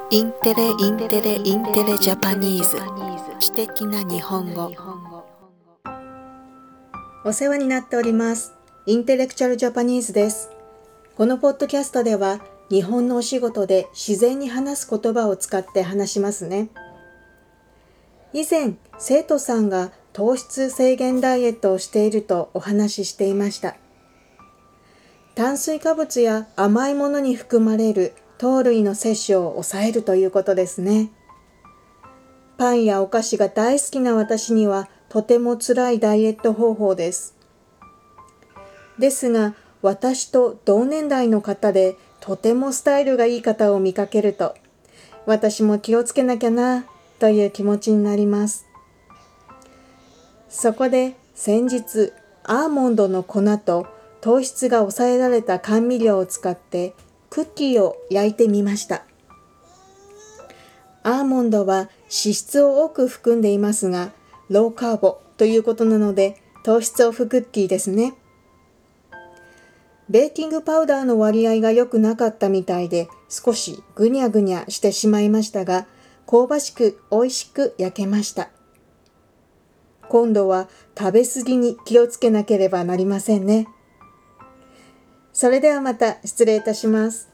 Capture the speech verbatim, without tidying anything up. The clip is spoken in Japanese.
インテレインテレインテレジャパニーズ、知的な日本語。 お世話になっております。インテレクチャルジャパニーズです。このポッドキャストでは日本のお仕事で自然に話す言葉を使って話しますね。以前生徒さんが糖質制限ダイエットをしているとお話ししていました。炭水化物や甘いものに含まれる糖類の摂取を抑えるということですね。パンやお菓子が大好きな私にはとても辛いダイエット方法です。ですが、私と同年代の方でとてもスタイルがいい方を見かけると、私も気をつけなきゃなという気持ちになります。そこで先日、アーモンドの粉と糖質が抑えられた甘味料を使ってクッキーを焼いてみました。アーモンドは脂質を多く含んでいますが、ローカーボということなので糖質オフクッキーですね。ベーキングパウダーの割合が良くなかったみたいで少しぐにゃぐにゃしてしまいましたが、香ばしく美味しく焼けました。今度は食べ過ぎに気をつけなければなりませんね。それではまた失礼いたします。